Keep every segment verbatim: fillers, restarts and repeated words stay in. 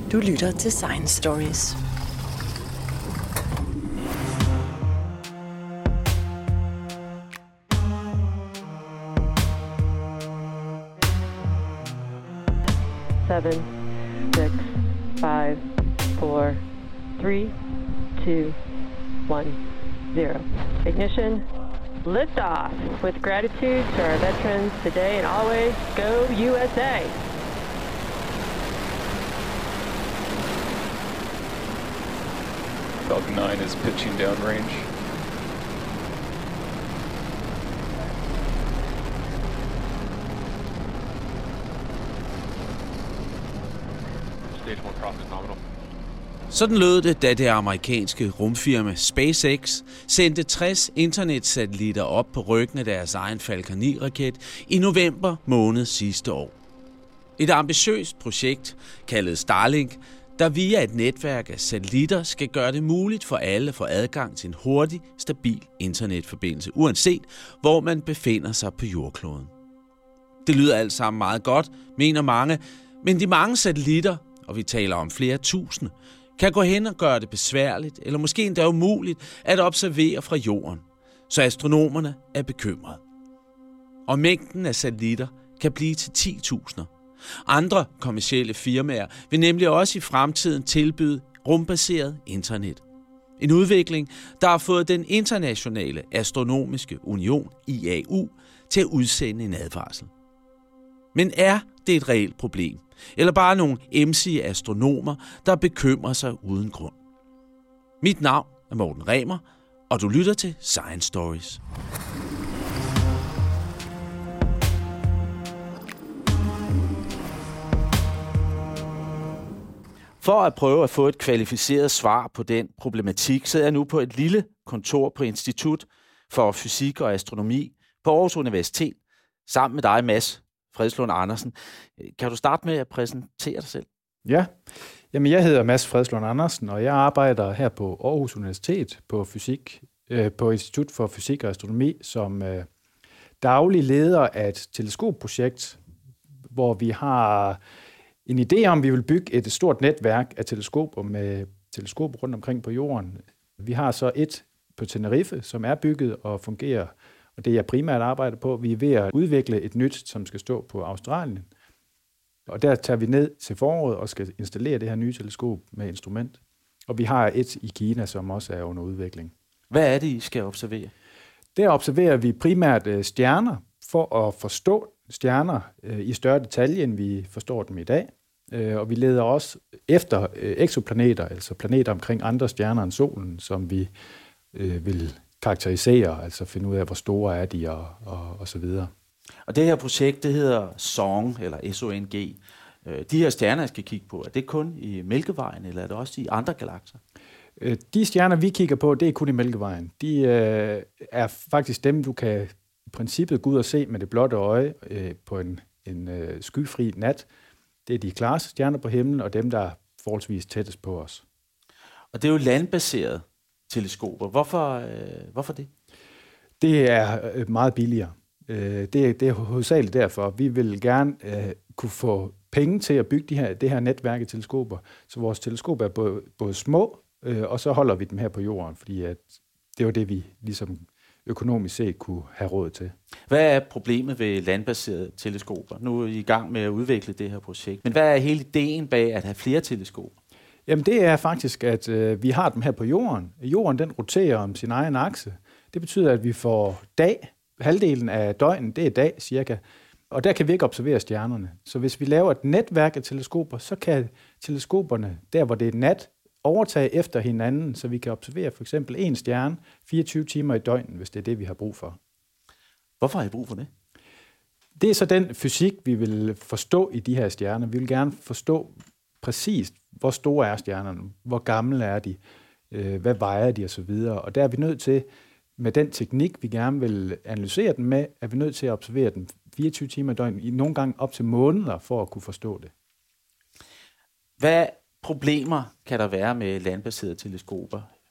Du lytter til Science Stories. Seven, six, five, four, three, two, one, zero. Ignition. Liftoff. With gratitude to our veterans today and always, go U S A. Falcon nine is pitching downrange. Stage one profit nominal. Sådan lød det, da det amerikanske rumfirma SpaceX sendte tres internetsatellitter op på ryggen af deres egen Falcon ni-raket i november måned sidste år. Et ambitiøst projekt kaldet Starlink, der via et netværk af satellitter skal gøre det muligt for alle at få adgang til en hurtig, stabil internetforbindelse, uanset hvor man befinder sig på jordkloden. Det lyder alt sammen meget godt, mener mange, men de mange satellitter, og vi taler om flere tusinde, kan gå hen og gøre det besværligt, eller måske endda umuligt, at observere fra jorden, så astronomerne er bekymrede. Og mængden af satellitter kan blive til ti tusinder. Andre kommercielle firmaer vil nemlig også i fremtiden tilbyde rumbaseret internet. En udvikling, der har fået den internationale astronomiske union, I A U, til at udsende en advarsel. Men er det et reelt problem? Eller bare nogle emsige astronomer, der bekymrer sig uden grund? Mit navn er Morten Remer, og du lytter til Science Stories. For at prøve at få et kvalificeret svar på den problematik, sidder jeg nu på et lille kontor på Institut for Fysik og Astronomi på Aarhus Universitet, sammen med dig, Mads Fredslund Andersen. Kan du starte med at præsentere dig selv? Ja, Jamen, jeg hedder Mads Fredslund Andersen, og jeg arbejder her på Aarhus Universitet på, fysik, øh, på Institut for Fysik og Astronomi som øh, daglig leder af et teleskopprojekt, hvor vi har en idé om, at vi vil bygge et stort netværk af teleskoper med teleskoper rundt omkring på jorden. Vi har så et på Tenerife, som er bygget og fungerer, og det jeg primært arbejder på. Vi er ved at udvikle et nyt, som skal stå på Australien. Og der tager vi ned til foråret og skal installere det her nye teleskop med instrument. Og vi har et i Kina, som også er under udvikling. Hvad er det, I skal observere? Der observerer vi primært stjerner for at forstå stjerner i større detalje, end vi forstår dem i dag. Og vi leder også efter eksoplaneter, altså planeter omkring andre stjerner end solen, som vi vil karakterisere, altså finde ud af, hvor store er de og, og, og så videre. Og det her projekt, det hedder SONG, eller S O N G. De her stjerner, jeg skal kigge på, er det kun i Mælkevejen, eller er det også i andre galakser? De stjerner, vi kigger på, det er kun i Mælkevejen. De øh, er faktisk dem, du kan i princippet gå ud og se med det blotte øje øh, på en, en øh, skyfri nat. Det er de klareste stjerner på himlen, og dem, der er forholdsvis tættest på os. Og det er jo landbaserede teleskoper. Hvorfor, øh, hvorfor det? Det er øh, meget billigere. Øh, det, det er hovedsageligt derfor. Vi vil gerne øh, kunne få penge til at bygge de her, det her netværk af teleskoper, så vores teleskoper er både, både små, øh, og så holder vi dem her på jorden, fordi at det var det, vi ligesom økonomisk set kunne have råd til. Hvad er problemet ved landbaserede teleskoper? Nu er I i gang med at udvikle det her projekt. Men hvad er hele ideen bag at have flere teleskoper? Jamen det er faktisk, at øh, vi har dem her på jorden. Jorden den roterer om sin egen akse. Det betyder, at vi får dag. Halvdelen af døgnet, det er dag cirka. Og der kan vi ikke observere stjernerne. Så hvis vi laver et netværk af teleskoper, så kan teleskoperne, der hvor det er nat, overtage efter hinanden, så vi kan observere for eksempel en stjerne fireogtyve timer i døgnet, hvis det er det, vi har brug for. Hvorfor har I brug for det? Det er så den fysik, vi vil forstå i de her stjerner. Vi vil gerne forstå præcist, hvor store er stjernerne, hvor gamle er de, hvad vejer de osv. Og der er vi nødt til, med den teknik, vi gerne vil analysere den med, er vi nødt til at observere den fireogtyve timer i døgnet, i nogle gange op til måneder, for at kunne forstå det. Hvad problemer kan der være med landbaserede teleskoper?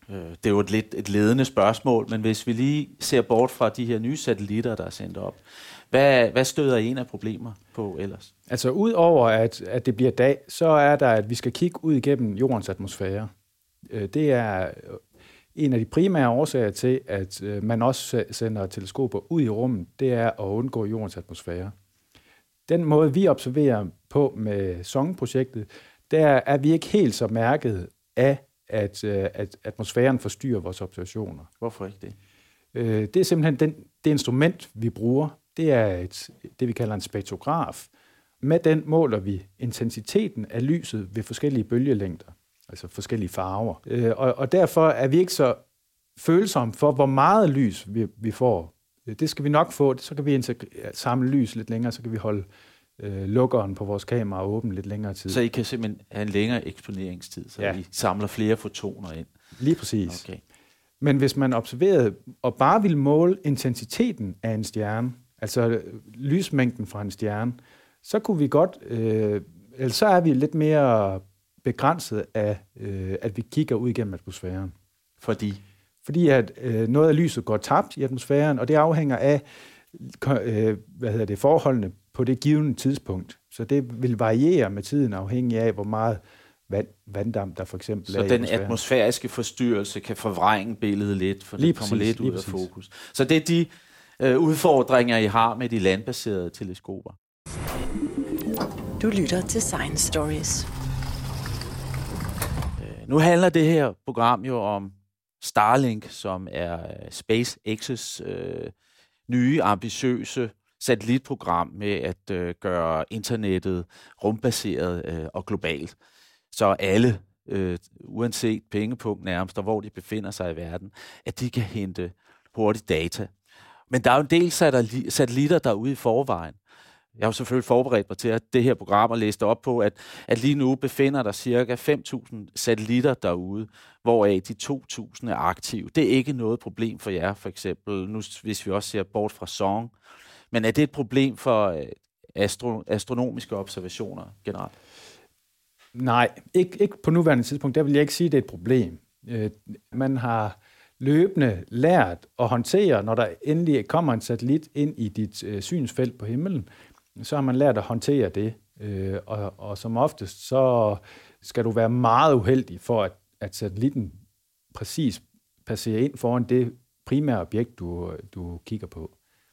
Det er jo et lidt et ledende spørgsmål, men hvis vi lige ser bort fra de her nye satellitter, der er sendt op, hvad, hvad støder en af problemer på ellers? Altså ud over, at, at det bliver dag, så er der, at vi skal kigge ud igennem jordens atmosfære. Det er en af de primære årsager til, at man også sender teleskoper ud i rummet, det er at undgå jordens atmosfære. Den måde, vi observerer på med S O N-projektet, der er vi ikke helt så mærket af, at, at atmosfæren forstyrrer vores observationer. Hvorfor ikke det? Det er simpelthen den, det instrument, vi bruger. Det er et, det, vi kalder en spektrograf. Med den måler vi intensiteten af lyset ved forskellige bølgelængder, altså forskellige farver. Og, og derfor er vi ikke så følsomme for, hvor meget lys vi, vi får. Det skal vi nok få. Så kan vi samle lys lidt længere, så kan vi holde øh, lukkeren på vores kamera åben lidt længere tid. Så I kan simpelthen have en længere eksponeringstid, så ja. I samler flere fotoner ind? Lige præcis. Okay. Men hvis man observerede og bare ville måle intensiteten af en stjerne, altså lysmængden fra en stjerne, så kunne vi godt, øh, eller så er vi lidt mere begrænset af, øh, at vi kigger ud igennem atmosfæren. Fordi? Fordi at øh, noget af lyset går tabt i atmosfæren, og det afhænger af øh, hvad hedder det, forholdene på det givne tidspunkt. Så det vil variere med tiden afhængig af, hvor meget vand, vanddamp der for eksempel så er i den atmosfæren. atmosfæriske forstyrrelse kan forvrænge billedet lidt, for lige det kommer præcis, lidt ud af præcis. fokus. Så det er de øh, udfordringer, I har med de landbaserede teleskoper. Du lytter til Science Stories. Øh, nu handler det her program jo om Starlink, som er SpaceX's øh, nye, ambitiøse satellitprogram med at øh, gøre internettet rumbaseret øh, og globalt. Så alle, øh, uanset pengepunkt nærmest, og hvor de befinder sig i verden, at de kan hente hurtigt data. Men der er jo en del satellitter derude i forvejen. Jeg har jo selvfølgelig forberedt mig til at det her program og læste op på, at, at lige nu befinder der cirka fem tusind satellitter derude, hvoraf de to tusind er aktive. Det er ikke noget problem for jer, for eksempel, nu hvis vi også ser bort fra S O N. Men er det et problem for astro, astronomiske observationer generelt? Nej, ikke, ikke på nuværende tidspunkt. Der vil jeg ikke sige, at det er et problem. Øh, man har løbende lært at håndtere, når der endelig kommer en satellit ind i dit øh, synsfelt på himlen, så har man lært at håndtere det. Øh, og, og som oftest, så skal du være meget uheldig for, at, at satellitten præcis passerer ind foran det primære objekt, du, du kigger på.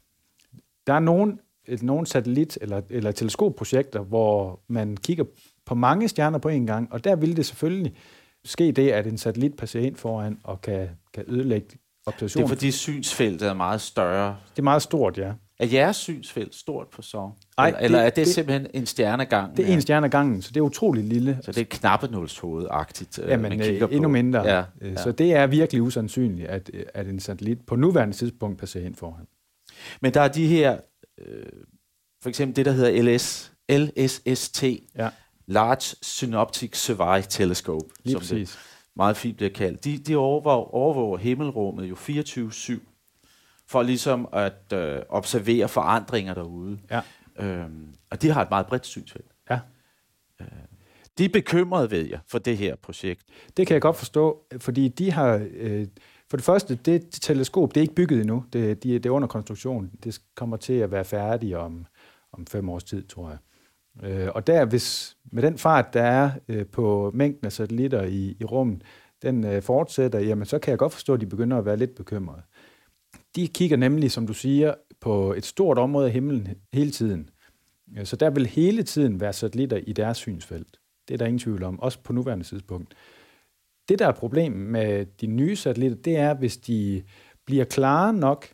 Der er nogle, nogle satellit- eller, eller teleskopprojekter, hvor man kigger på mange stjerner på en gang, og der vil det selvfølgelig ske det, at en satellit passerer ind foran og kan, kan ødelægge observationen. Det er fordi synsfeltet er meget større. Det er meget stort, ja. Er jeres synsfelt stort på S O N? Ej, eller, eller er det, det simpelthen en stjerne gangen? Det er en stjerne gangen, så det er utrolig lille. Så det er knappenålshoved-agtigt, ja, men, man kigger endnu på. mindre. Ja, ja. Så det er virkelig usandsynligt, at, at en satellit på nuværende tidspunkt passerer ind foran. Men der er de her, øh, for eksempel det, der hedder L S, L S S T, ja. Large Synoptic Survey Telescope, lige som præcis. det meget fint bliver kaldt. De, de overvåger, overvåger himmelrummet jo fireogtyve syv, for ligesom at øh, observere forandringer derude. Ja. Øhm, og de har et meget bredt synsfelt. Ja. Øh, de er bekymrede, ved jeg, for det her projekt. Det kan jeg godt forstå, fordi de har... Øh, for det første, det, det teleskop, det er ikke bygget endnu. Det, de, det er under konstruktion. Det kommer til at være færdigt om, om fem års tid, tror jeg. Øh, og der, hvis med den fart, der er øh, på mængden af satellitter i, i rummet, den øh, fortsætter, jamen så kan jeg godt forstå, at de begynder at være lidt bekymrede. De kigger nemlig, som du siger, på et stort område af himlen hele tiden. Så der vil hele tiden være satellitter i deres synsfelt. Det er der ingen tvivl om, også på nuværende tidspunkt. Det, der er problemet med de nye satellitter, det er, hvis de bliver klare nok,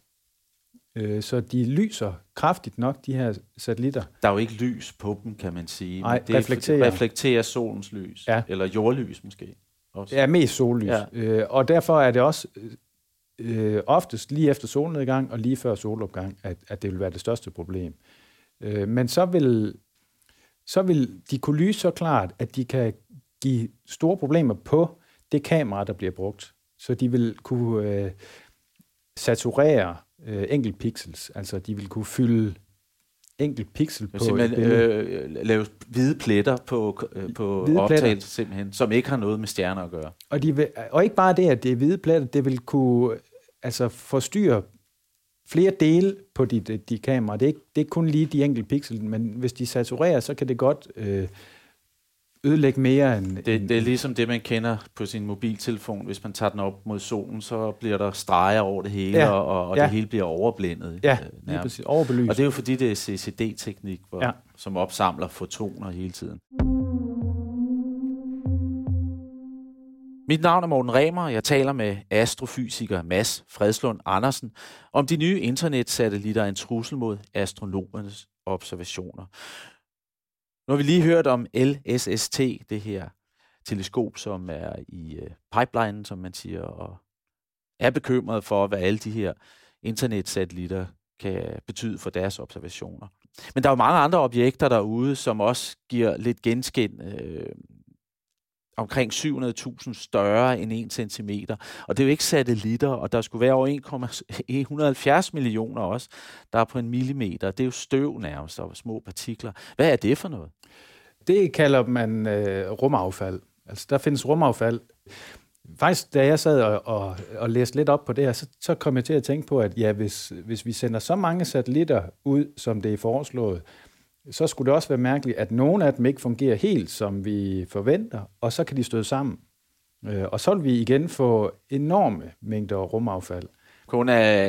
øh, så de lyser kraftigt nok, de her satellitter. Der er jo ikke lys på dem, kan man sige. Nej, det reflekterer. reflekterer solens lys, ja. Eller jordlys måske. Også. Ja, mest sollys. Ja. Øh, og derfor er det også øh, oftest lige efter solnedgang og lige før solopgang, at, at det vil være det største problem. Øh, men så vil, så vil de kunne lyse så klart, at de kan give store problemer på det kamera, der bliver brugt. Så de vil kunne øh, saturere øh, enkelt pixels, altså de vil kunne fylde enkelt pixel på simpelthen øh, lave hvide pletter på, øh, på optagelse simpelthen, som ikke har noget med stjerner at gøre. Og, de vil, og ikke bare det, at det er hvide pletter, det vil kunne altså forstyrre flere dele på dit, dit kamera. Det er, ikke, det er kun lige de enkelte pixel, men hvis de saturerer, så kan det godt øh, ødelægge mere end... Det, det er ligesom det, man kender på sin mobiltelefon. Hvis man tager den op mod solen, så bliver der streger over det hele, ja. og, og ja. det hele bliver overblændet. Ja, lige præcis. Overbelyst. Og det er jo fordi, det er C C D-teknik, hvor, ja. som opsamler fotoner hele tiden. Mit navn er Morten Remer, og jeg taler med astrofysiker Mads Fredslund Andersen om de nye internetsatellitter er en trussel mod astronomernes observationer. Nu har vi lige hørt om L S S T, det her teleskop, som er i uh, pipelinen, som man siger, og er bekymret for, hvad alle de her internetsatellitter kan betyde for deres observationer. Men der er jo mange andre objekter derude, som også giver lidt genskin, øh, omkring syv hundrede tusind større end en centimeter. Og det er jo ikke satellitter, og der skulle være over en komma et hundrede og halvfjerds millioner også, der er på en millimeter. Det er jo støv nærmest, og små partikler. Hvad er det for noget? Det kalder man øh, rumaffald. Altså, der findes rumaffald. Faktisk, da jeg sad og, og, og læste lidt op på det her, så, så kom jeg til at tænke på, at ja, hvis, hvis vi sender så mange satellitter ud, som det er foreslået, så skulle det også være mærkeligt, at nogle af dem ikke fungerer helt, som vi forventer, og så kan de støde sammen. Og så vil vi igen få enorme mængder rumaffald. Kun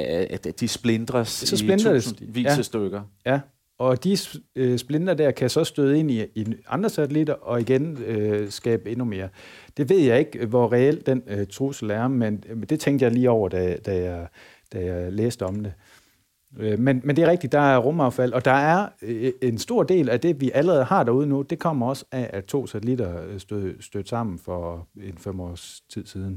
at de splindres så i tusindvis af ja. stykker. Ja, og de splinter der kan så støde ind i, i andre satellitter, og igen øh, skabe endnu mere. Det ved jeg ikke, hvor reelt den øh, trussel er, men det tænkte jeg lige over, da, da, jeg, da jeg læste om det. Men, men det er rigtigt, der er rumaffald, og der er en stor del af det, vi allerede har derude nu, det kommer også af, at to satellitter stød, stødte sammen for en fem års tid siden.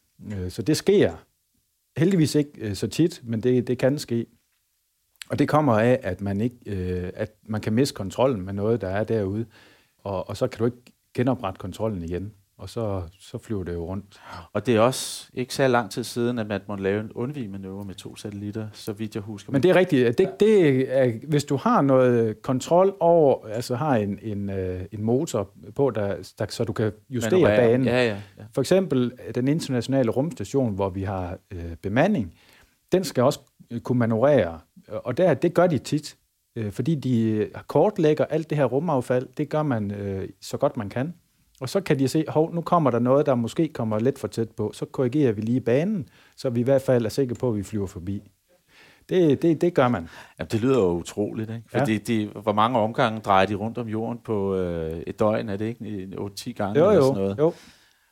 Så det sker heldigvis ikke så tit, men det, det kan ske. Og det kommer af, at man, ikke, at man kan miste kontrollen med noget, der er derude, og, og så kan du ikke genoprette kontrollen igen. Og så, så flyver det jo rundt. Og det er også ikke så lang tid siden, at man måtte lave en undvigemanøvre med to satellitter, så vidt jeg husker. Men det er rigtigt. Det, det er, hvis du har noget kontrol over, altså har en, en, en motor på, der, der, så du kan justere manøvrere. banen. Ja, ja, ja. For eksempel den internationale rumstation, hvor vi har øh, bemanding, den skal også kunne manøvrere. Og der, det gør de tit, øh, fordi de kortlægger alt det her rumaffald. Det gør man øh, så godt man kan. Og så kan de se, hov, nu kommer der noget, der måske kommer lidt for tæt på. Så korrigerer vi lige banen, så vi i hvert fald er sikre på, at vi flyver forbi. Det, det, det gør man. Ja, det lyder jo utroligt, ikke? Fordi ja. de, hvor mange omgange drejer de rundt om jorden på øh, et døgn? Er det ikke otte til ti gange? Jo, eller jo, sådan noget? jo.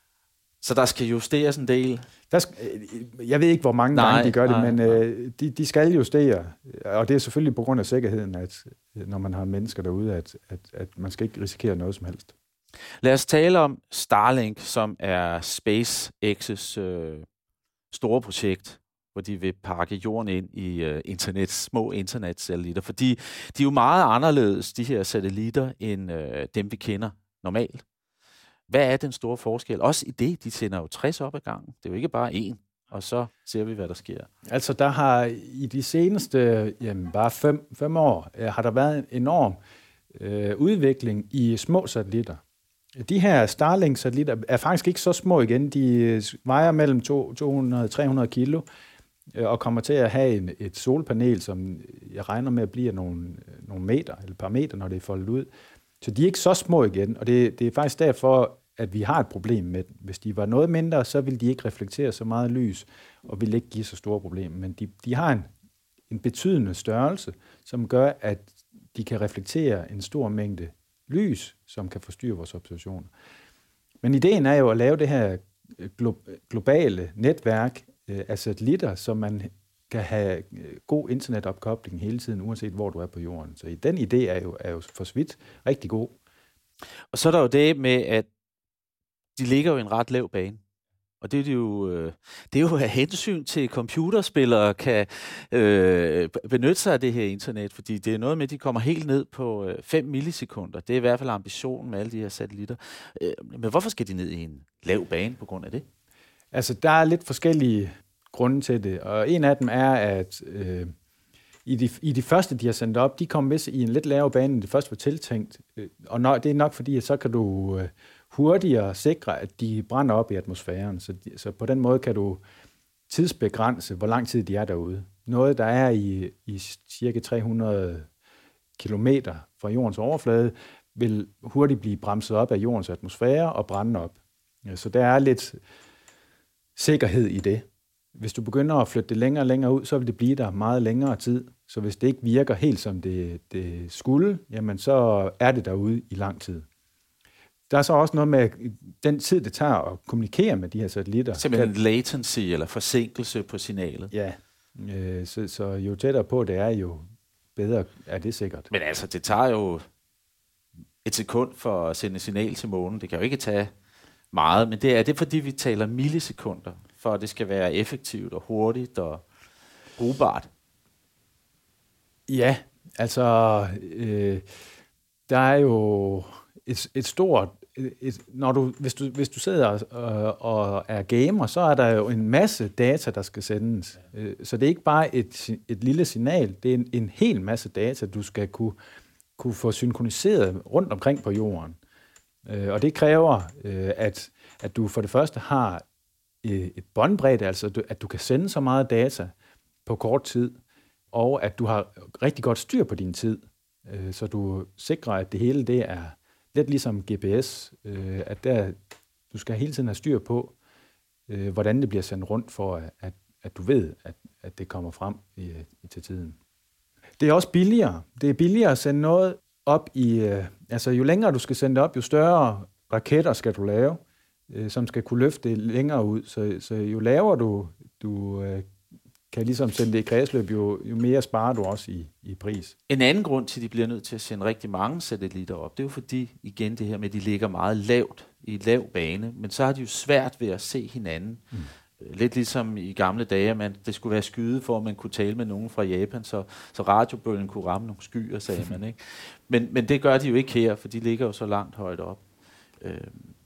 Så der skal justeres en del? Der skal, jeg ved ikke, hvor mange nej, gange de gør nej, det, men øh, de, de skal justere. Og det er selvfølgelig på grund af sikkerheden, at når man har mennesker derude, at, at, at man skal ikke risikere noget som helst. Lad os tale om Starlink, som er SpaceX's øh, store projekt, hvor de vil pakke jorden ind i øh, internet, små internetsatellitter, fordi de er jo meget anderledes, de her satellitter, end øh, dem, vi kender normalt. Hvad er den store forskel? Også i det, de sender jo tres op ad gangen. Det er jo ikke bare én, og så ser vi, hvad der sker. Altså, der har i de seneste, jamen, bare fem, fem år, øh, har der været en enorm øh, udvikling i små satellitter. De her Starlink-satellitter er faktisk ikke så små igen. De vejer mellem to hundrede til tre hundrede kilo og kommer til at have en, et solpanel, som jeg regner med at blive nogle, nogle meter, eller et par meter, når det er foldet ud. Så de er ikke så små igen, og det, det er faktisk derfor, at vi har et problem med dem. Hvis de var noget mindre, så ville de ikke reflektere så meget lys, og ville ikke give så store problemer. Men de, de har en, en betydende størrelse, som gør, at de kan reflektere en stor mængde lys, som kan forstyrre vores observationer. Men ideen er jo at lave det her globale netværk af satellitter, så man kan have god internetopkobling hele tiden, uanset hvor du er på jorden. Så den idé er jo, er jo for så vidt rigtig god. Og så er der jo det med, at de ligger jo i en ret lav bane. Og det er jo, det er jo af hensyn til, at computerspillere kan øh, benytte sig af det her internet, fordi det er noget med, at de kommer helt ned på fem millisekunder. Det er i hvert fald ambitionen med alle de her satellitter. Men hvorfor skal de ned i en lav bane på grund af det? Altså, der er lidt forskellige grunde til det, og en af dem er, at øh, i de, i de første, de har sendt op, de kom vist i en lidt lavere bane, end det første var tiltænkt. Og når, det er nok fordi, at så kan du hurtigere sikre, at de brænder op i atmosfæren. Så, så på den måde kan du tidsbegrænse, hvor lang tid de er derude. Noget, der er i, i cirka tre hundrede kilometer fra jordens overflade, vil hurtigt blive bremset op af jordens atmosfære og brænde op. Så der er lidt sikkerhed i det. Hvis du begynder at flytte det længere og længere ud, så vil det blive der meget længere tid. Så hvis det ikke virker helt som det, det skulle, jamen så er det derude i lang tid. Der er så også noget med den tid, det tager at kommunikere med de her satellitter. Simpelthen latency eller forsinkelse på signalet. Ja, så, så jo tættere på det er, jo bedre er det sikkert. Men altså, det tager jo et sekund for at sende signal til månen. Det kan jo ikke tage meget, men det er det, fordi vi taler millisekunder, for at det skal være effektivt og hurtigt og brugbart. Ja, altså, øh, der er jo et, et stort... Et, når du, hvis, du, hvis du sidder og, og er gamer, så er der jo en masse data, der skal sendes. Så det er ikke bare et, et lille signal, det er en, en hel masse data, du skal kunne, kunne få synkroniseret rundt omkring på jorden. Og det kræver, at, at du for det første har et båndbredde, altså at du kan sende så meget data på kort tid, og at du har rigtig godt styr på din tid, så du sikrer, at det hele det er lidt ligesom G P S, øh, at der, du skal hele tiden have styr på, øh, hvordan det bliver sendt rundt, for at, at du ved, at, at det kommer frem i, i til tiden. Det er også billigere. Det er billigere at sende noget op i... Øh, altså, jo længere du skal sende det op, jo større raketter skal du lave, øh, som skal kunne løfte det længere ud. Så, så jo lavere du, du øh, kan ligesom sende det i kredsløb, jo, jo mere sparer du også i, i pris. En anden grund til, at de bliver nødt til at sende rigtig mange satellitter op, det er jo fordi, igen det her med, at de ligger meget lavt i lav bane, men så har de jo svært ved at se hinanden. Mm. Lidt ligesom i gamle dage, man, det skulle være skyde, for at man kunne tale med nogen fra Japan, så, så radiobølgen kunne ramme nogle skyer, sagde man. Ikke? Men, men det gør de jo ikke her, for de ligger jo så langt højt op. Øh,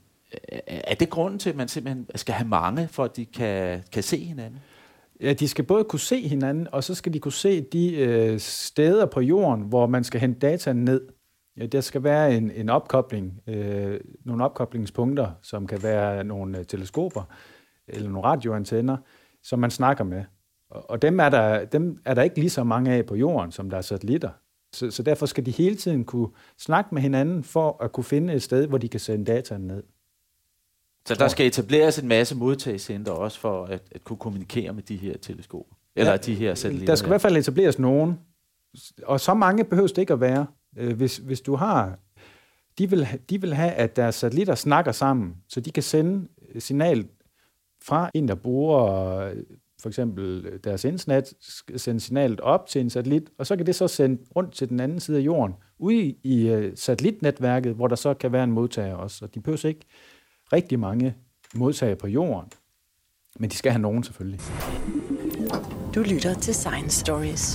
er det grunden til, at man simpelthen skal have mange, for at de kan, kan se hinanden? Ja, de skal både kunne se hinanden, og så skal de kunne se de øh, steder på jorden, hvor man skal hente data ned. Ja, der skal være en, en opkobling, øh, nogle opkoblingspunkter, som kan være nogle øh, teleskoper eller nogle radioantenner, som man snakker med. Og, og dem, er der, dem er der ikke lige så mange af på jorden, som der er satellitter. Så, så derfor skal de hele tiden kunne snakke med hinanden for at kunne finde et sted, hvor de kan sende data ned. Så der skal etableres en masse modtagscenter også for at, at kunne kommunikere med de her teleskoper? Eller ja, de her satellitter? Der skal i hvert fald etableres nogen. Og så mange behøves det ikke at være. Hvis, hvis du har... De vil, de vil have, at deres satellitter snakker sammen, så de kan sende signal fra en, der bruger for eksempel deres internet, sende signalet op til en satellit, og så kan det så sende rundt til den anden side af jorden, ude i, i satellitnetværket, hvor der så kan være en modtager også. Og de behøver ikke rigtig mange modtagere på jorden, men de skal have nogen selvfølgelig. Du lytter til Science Stories.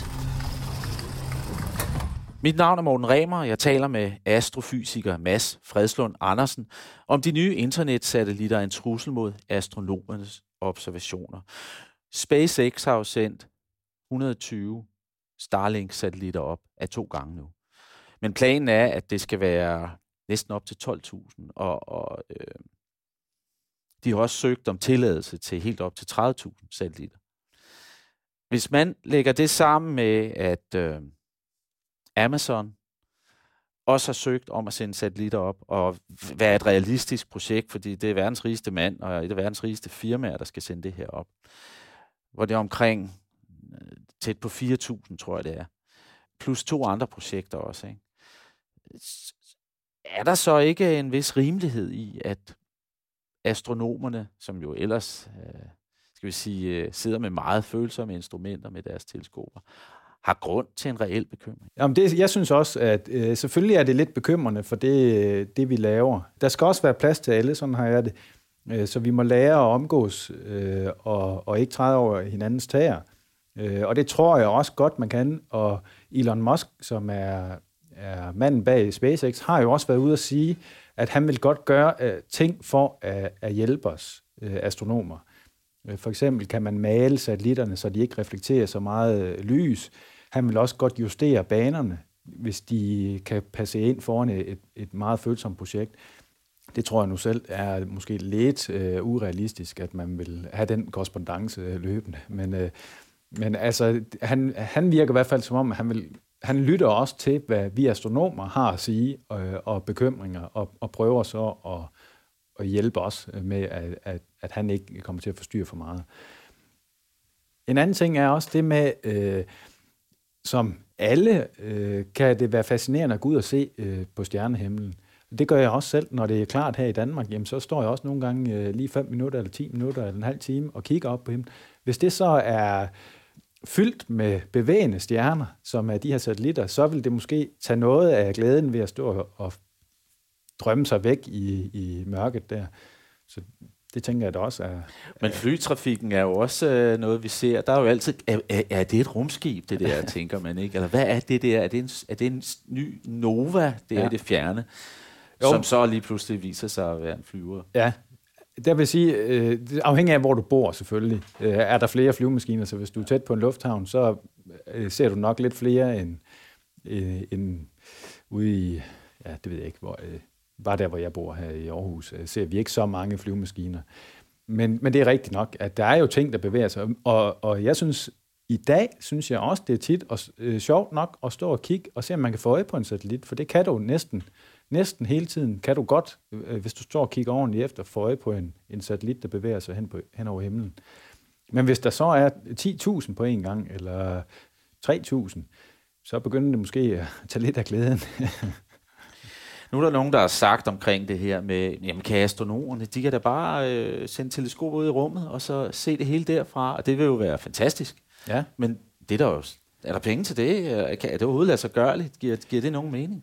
Mit navn er Morten Remer, og jeg taler med astrofysiker Mads Fredslund Andersen om de nye internetsatellitter er en trussel mod astronomernes observationer. SpaceX har jo sendt et hundrede og tyve Starlink-satellitter op af to gange nu. Men planen er, at det skal være næsten op til tolv tusind, og, og øh, de har også søgt om tilladelse til helt op til tredive tusind satellitter. Hvis man lægger det sammen med, at øh, Amazon også har søgt om at sende satellitter op, og være et realistisk projekt, fordi det er verdens rigeste mand, og et af verdens rigeste firmaer, der skal sende det her op. Hvor det er omkring øh, tæt på fire tusind, tror jeg det er. Plus to andre projekter også, ikke? Er der så ikke en vis rimelighed i, at astronomerne, som jo ellers øh, skal vi sige, øh, sidder med meget følsomme instrumenter med deres teleskoper, har grund til en reel bekymring? Jamen det, jeg synes også, at øh, selvfølgelig er det lidt bekymrende for det, det, vi laver. Der skal også være plads til alle, sådan har jeg det. Øh, så vi må lære at omgås øh, og, og ikke træde over hinandens tæer. Øh, og det tror jeg også godt, man kan. Og Elon Musk, som er, er manden bag SpaceX, har jo også været ude at sige, at han vil godt gøre øh, ting for at, at hjælpe os øh, astronomer. For eksempel kan man male satellitterne, så de ikke reflekterer så meget lys. Han vil også godt justere banerne, hvis de kan passe ind foran et, et meget følsomt projekt. Det tror jeg nu selv er måske lidt øh, urealistisk, at man vil have den korrespondance øh, løbende. Men, øh, men altså, han, han virker i hvert fald som om, han, vil, han lytter også til, hvad vi astronomer har at sige, øh, og bekymringer, og, og prøver så at, at hjælpe os med, at, at, at han ikke kommer til at forstyrre for meget. En anden ting er også det med, øh, som alle øh, kan det være fascinerende at gå ud og se øh, på stjernehimlen. Det gør jeg også selv, når det er klart her i Danmark. Jamen, så står jeg også nogle gange øh, lige fem minutter, eller ti minutter, eller en halv time, og kigger op på himlen. Hvis det så er fyldt med bevægende stjerner, som er de her satellitter, så vil det måske tage noget af glæden ved at stå og drømme sig væk i, i mørket der. Så det tænker jeg da også er... Men flytrafikken er jo også øh, noget, vi ser. Der er jo altid... Er, er, er det et rumskib, det der, tænker man, ikke? Eller hvad er det der? Er det en, er det en ny Nova, det er ja. det fjerne, jo. Som så lige pludselig viser sig at være en flyver? Ja, der vil sige, øh, det afhænger af, hvor du bor selvfølgelig. Øh, er der flere flyvemaskiner, så hvis du er tæt på en lufthavn, så øh, ser du nok lidt flere end, øh, end ude i... Ja, det ved jeg ikke, hvor... Øh, bare der, hvor jeg bor her i Aarhus, ser vi ikke så mange flyvemaskiner. Men, men det er rigtigt nok, at der er jo ting, der bevæger sig. Og, og jeg synes, i dag synes jeg også, det er tit og øh, sjovt nok at stå og kigge og se, om man kan få øje på en satellit. For det kan du næsten, næsten hele tiden. Kan du godt, øh, hvis du står og kigger ordentligt efter, få øje på en, en satellit, der bevæger sig hen, på, hen over himlen. Men hvis der så er ti tusind på en gang, eller tre tusind, så begynder det måske at tage lidt af glæden. Nu er der nogen, der har sagt omkring det her med, jamen kan astronomerne, de kan da bare øh, sende teleskoper ud i rummet, og så se det hele derfra, og det vil jo være fantastisk. Ja. Men det der jo, er der penge til det? Er det overhovedet lade sig gørligt? Giver, giver det nogen mening?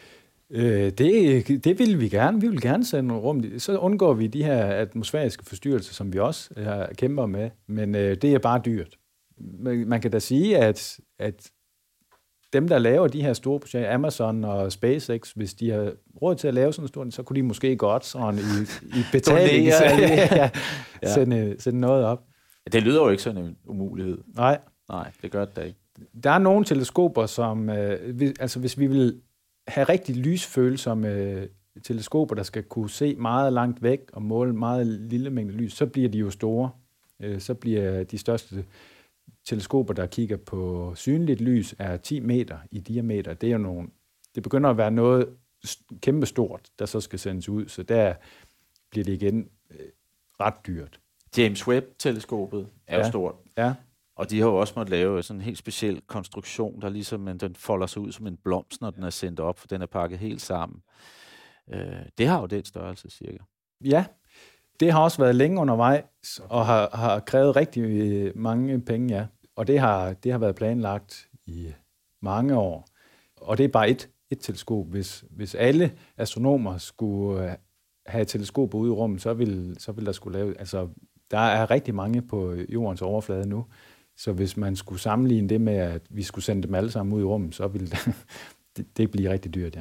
Øh, det, det vil vi gerne. Vi vil gerne sende rum. Så undgår vi de her atmosfæriske forstyrrelser, som vi også øh, kæmper med, men øh, det er bare dyrt. Man kan da sige, at, at dem, der laver de her store projekter, Amazon og SpaceX, hvis de har råd til at lave sådan noget stort, så kunne de måske godt sådan i, i betaling ja, ja. sende, sende noget op. Det lyder jo ikke sådan en umulighed. Nej. Nej, det gør det da ikke. Der er nogle teleskoper, som... Øh, vi, altså hvis vi vil have rigtig lysfølsomme øh, teleskoper, der skal kunne se meget langt væk og måle meget lille mængde lys, så bliver de jo store. Øh, så bliver de største teleskoper, der kigger på synligt lys, er ti meter i diameter. Det er jo nogle, det begynder at være noget kæmpestort, der så skal sendes ud, så der bliver det igen øh, ret dyrt. James Webb-teleskopet er ja. jo stort. Ja. Og de har jo også måttet lave sådan en helt speciel konstruktion, der ligesom den folder sig ud som en blomst, når den er sendt op, for den er pakket helt sammen. Øh, det har jo den størrelse, cirka. Ja, det har også været længe undervejs, og har, har krævet rigtig mange penge, ja. Og det har, det har været planlagt i mange år. Og det er bare et, et teleskop. Hvis, hvis alle astronomer skulle have teleskoper ude i rummet, så vil, så vil der skulle lave... Altså, der er rigtig mange på jordens overflade nu. Så hvis man skulle sammenligne det med, at vi skulle sende dem alle sammen ud i rummet, så ville det, det blive rigtig dyrt, ja.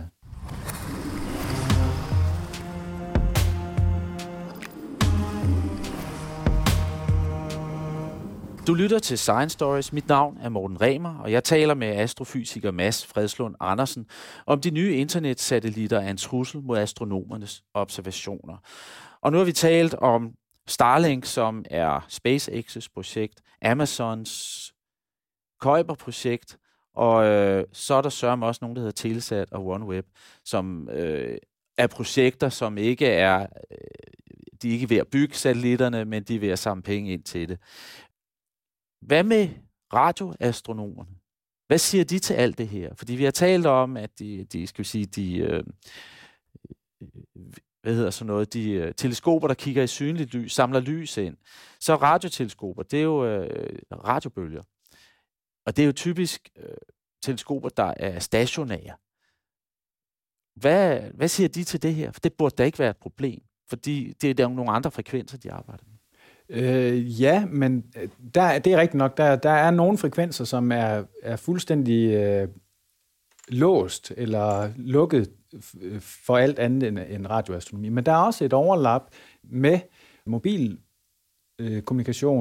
Du lytter til Science Stories. Mit navn er Morten Remer, og jeg taler med astrofysiker Mads Fredslund Andersen om de nye internetsatellitter er en trussel mod astronomernes observationer. Og nu har vi talt om Starlink, som er SpaceX's projekt, Amazons Kuiper-projekt, og øh, så er der sørme også nogen, der hedder Telesat og OneWeb, som øh, er projekter, som ikke er, øh, de er ikke ved at bygge satellitterne, men de er ved at samle penge ind til det. Hvad med radioastronomerne? Hvad siger de til alt det her? Fordi vi har talt om, at de, de skal vi sige, de, øh, hvad hedder så noget, de øh, teleskoper, der kigger i synligt lys, samler lys ind. Så radioteleskoper, det er jo øh, radiobølger. Og det er jo typisk øh, teleskoper, der er stationære. Hvad, hvad siger de til det her? For det burde da ikke være et problem, fordi det er der nogle andre frekvenser, de arbejder med. Øh, ja, men der, det er rigtigt nok. Der, der er nogle frekvenser, som er, er fuldstændig øh, låst eller lukket for alt andet end, end radioastronomi. Men der er også et overlap med mobilkommunikation,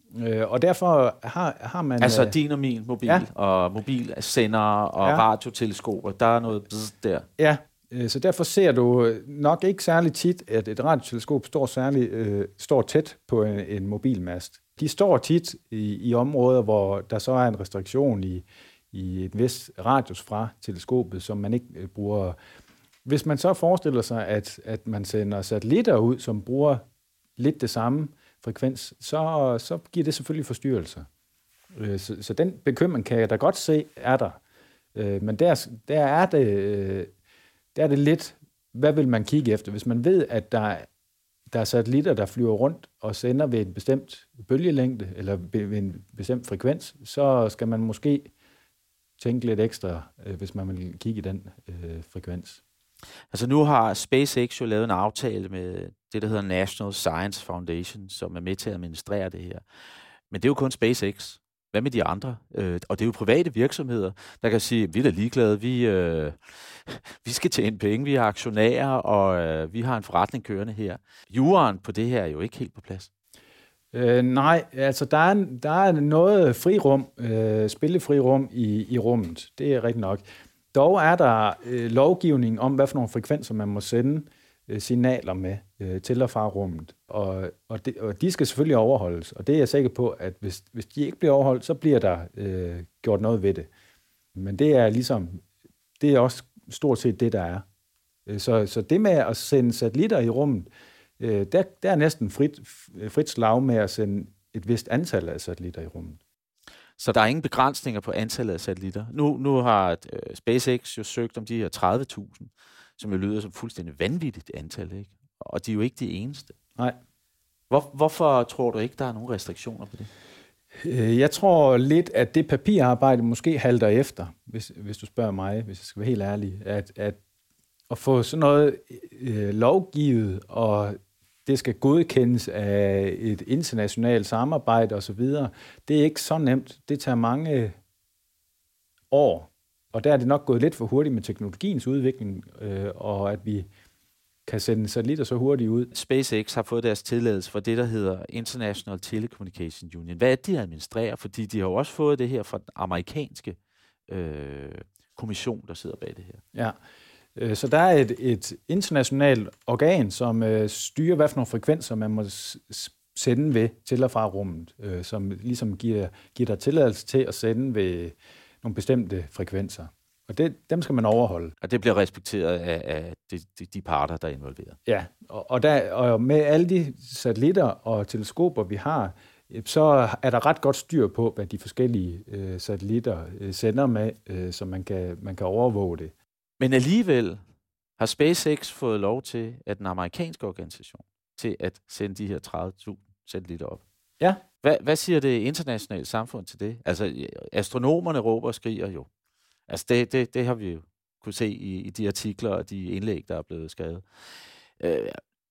Øh, og derfor har, har man... Altså øh, din og min mobil, ja. og mobilsendere og Ja. radioteleskoper, der er noget bzz der. Ja, øh, så derfor ser du nok ikke særlig tit, at et radioteleskop står, særlig, øh, står tæt på en, en mobilmast. De står tit i, i områder, hvor der så er en restriktion i, i et vis radius fra teleskopet, som man ikke øh, bruger. Hvis man så forestiller sig, at, at man sender satellitter ud, som bruger lidt det samme frekvens, så, så giver det selvfølgelig forstyrrelser. Øh, så, så den bekymring kan jeg da godt se, er der. Øh, men der, der, er det, øh, der er det lidt, hvad vil man kigge efter? Hvis man ved, at der, der er satellitter, der flyver rundt og sender ved en bestemt bølgelængde, eller ved en bestemt frekvens, så skal man måske tænke lidt ekstra, øh, hvis man vil kigge i den øh, frekvens. Altså nu har SpaceX jo lavet en aftale med det, der hedder National Science Foundation, som er med til at administrere det her. Men det er jo kun SpaceX. Hvad med de andre? Øh, og det er jo private virksomheder, der kan sige, vi er da ligeglade, vi, øh, vi skal tjene penge, vi har aktionærer, og øh, vi har en forretning kørende her. Juraen på det her er jo ikke helt på plads. Øh, nej, altså der er, der er noget frirum, øh, spillefrirum i, i rummet. Det er rigtigt nok. Dog er der øh, lovgivning om, hvad for nogle frekvenser man må sende øh, signaler med øh, til og fra rummet. Og, og, de, og de skal selvfølgelig overholdes. Og det er jeg sikker på, at hvis, hvis de ikke bliver overholdt, så bliver der øh, gjort noget ved det. Men det er ligesom, det er også stort set det, der er. Så, så det med at sende satellitter i rummet, øh, der, der er næsten frit, frit slag med at sende et vist antal af satellitter i rummet. Så der er ingen begrænsninger på antallet af satellitter. Nu, nu har øh, SpaceX jo søgt om de her tredive tusind, som jo lyder som fuldstændig vanvittigt antal, ikke? Og de er jo ikke de eneste. Nej. Hvor, hvorfor tror du ikke, der er nogen restriktioner på det? Jeg tror lidt, at det papirarbejde måske halter efter, hvis, hvis du spørger mig, hvis jeg skal være helt ærlig, at, at, at få sådan noget øh, lovgivet, og det skal godkendes af et internationalt samarbejde osv., det er ikke så nemt. Det tager mange år, og der er det nok gået lidt for hurtigt med teknologiens udvikling, øh, og at vi kan sende satellitter så hurtigt ud. SpaceX har fået deres tilladelse for det, der hedder International Telecommunication Union. Hvad er det, de administrerer? Fordi de har jo også fået det her fra den amerikanske øh, kommission, der sidder bag det her. Ja, øh, så der er et, et internationalt organ, som øh, styrer, hvad for nogle frekvenser man må s- sende ved til og fra rummet, øh, som ligesom giver, giver dig tilladelse til at sende ved nogle bestemte frekvenser. Og det, dem skal man overholde. Og det bliver respekteret af, af de, de, de parter, der er involveret. Ja, og, og, der, og med alle de satellitter og teleskoper, vi har, så er der ret godt styr på, hvad de forskellige øh, satellitter øh, sender med, øh, så man kan, man kan overvåge det. Men alligevel har SpaceX fået lov til, at den amerikanske organisation, til at sende de her tredive tusind satellitter op. Ja. Hvad, hvad siger det internationale samfund til det? Altså, astronomerne råber og skriger jo. Altså, det, det, det har vi jo kunne se i, i de artikler og de indlæg, der er blevet skrevet. Øh,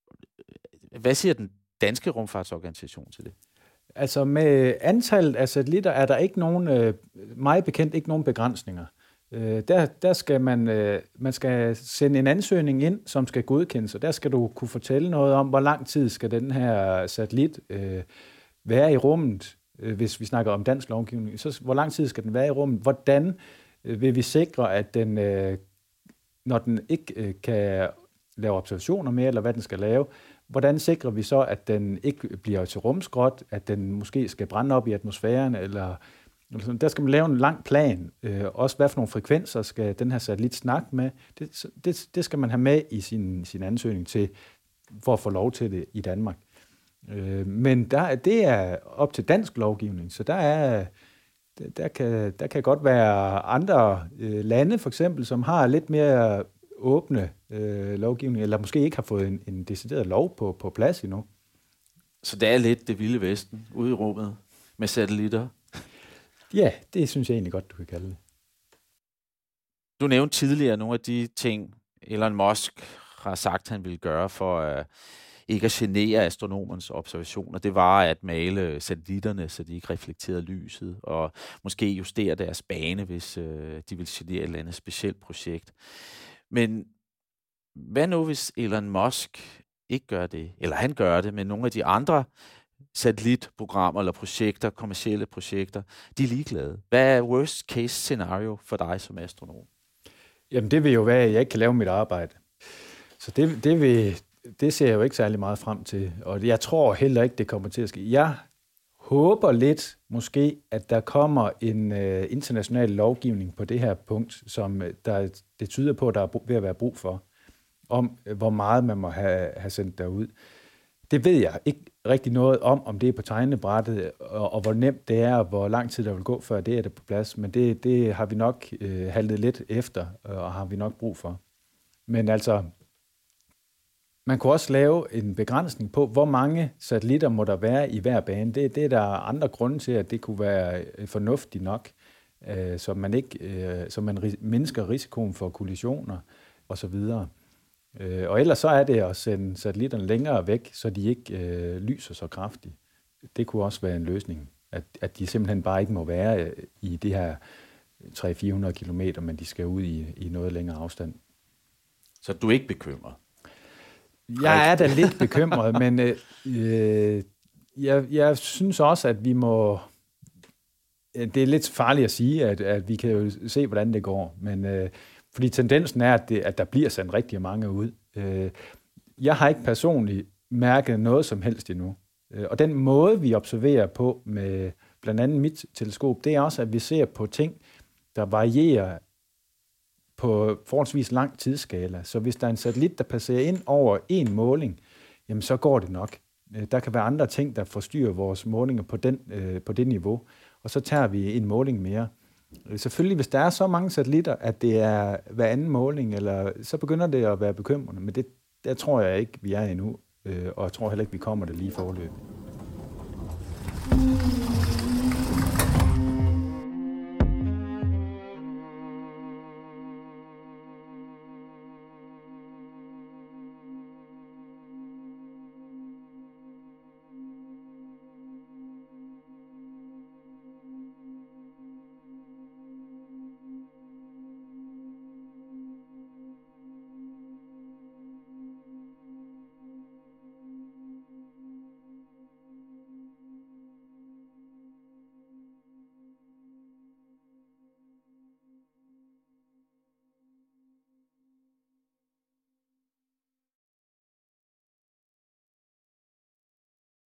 hvad siger den danske rumfartsorganisation til det? Altså, med antallet af satellitter er der ikke nogen, øh, meget bekendt, ikke nogen begrænsninger. Øh, der, der skal man, øh, man skal sende en ansøgning ind, som skal godkendes, og der skal du kunne fortælle noget om, hvor lang tid skal den her satellit øh, være i rummet, øh, hvis vi snakker om dansk lovgivning. Så hvor lang tid skal den være i rummet? Hvordan vil vi sikre, at den, øh, når den ikke øh, kan lave observationer mere, eller hvad den skal lave, hvordan sikrer vi så, at den ikke bliver til rumskrot, at den måske skal brænde op i atmosfæren, eller, eller sådan. Der skal man lave en lang plan. Øh, også hvad for nogle frekvenser skal den her satellit snakke med. Det, det, det skal man have med i sin, sin ansøgning til, for at få lov til det i Danmark. Øh, men der, det er op til dansk lovgivning, så der er... Der kan, der kan godt være andre øh, lande, for eksempel, som har lidt mere åbne øh, lovgivning, eller måske ikke har fået en, en decideret lov på, på plads endnu. Så det er lidt det vilde vesten ude i rummet med satellitter? Ja, det synes jeg egentlig godt, du kan kalde det. Du nævnte tidligere nogle af de ting, Elon Musk har sagt, han ville gøre for at ikke at genere astronomernes observationer. Det var at male satellitterne, så de ikke reflekterede lyset, og måske justere deres bane, hvis øh, de ville genere et eller andet specielt projekt. Men hvad nu, hvis Elon Musk ikke gør det, eller han gør det, men nogle af de andre satellitprogrammer eller projekter, kommercielle projekter, de er ligeglade. Hvad er worst case scenario for dig som astronom? Jamen det vil jo være, at jeg ikke kan lave mit arbejde. Så det, det, vil, det ser jeg jo ikke særlig meget frem til. Og jeg tror heller ikke, det kommer til at ske. Jeg håber lidt måske, at der kommer en uh, international lovgivning på det her punkt, som der, det tyder på, at der er ved at være brug for, om hvor meget man må have, have sendt derud. Det ved jeg ikke rigtig noget om, om det er på tegnebrættet, og, og hvor nemt det er, og hvor lang tid der vil gå, før det er det på plads. Men det, det har vi nok øh, haltet lidt efter, og har vi nok brug for. Men altså, man kunne også lave en begrænsning på, hvor mange satellitter må der være i hver bane. Det, det er der andre grunde til, at det kunne være fornuftigt nok, øh, så man ikke, øh, så man mindsker risikoen for kollisioner osv. Øh, og ellers så er det at sende satellitterne længere væk, så de ikke øh, lyser så kraftigt. Det kunne også være en løsning, at, at de simpelthen bare ikke må være øh, i det her tre hundrede til fire hundrede kilometer, men de skal ud i, i noget længere afstand. Så du er ikke bekymret? Jeg er da lidt bekymret, men øh, jeg, jeg synes også, at vi må... Det er lidt farligt at sige, at, at vi kan jo se, hvordan det går, men... Øh, Fordi tendensen er, at, det, at der bliver sendt rigtig mange ud. Jeg har ikke personligt mærket noget som helst endnu. Og den måde, vi observerer på med blandt andet mit teleskop, det er også, at vi ser på ting, der varierer på forholdsvis lang tidsskala. Så hvis der er en satellit, der passerer ind over en måling, jamen så går det nok. Der kan være andre ting, der forstyrrer vores målinger på, den, på det niveau, og så tager vi en måling mere. Selvfølgelig, hvis der er så mange satellitter, at det er hver anden måling, eller, så begynder det at være bekymrende, men det, der tror jeg ikke, vi er endnu, og jeg tror heller ikke, vi kommer det lige forløbet.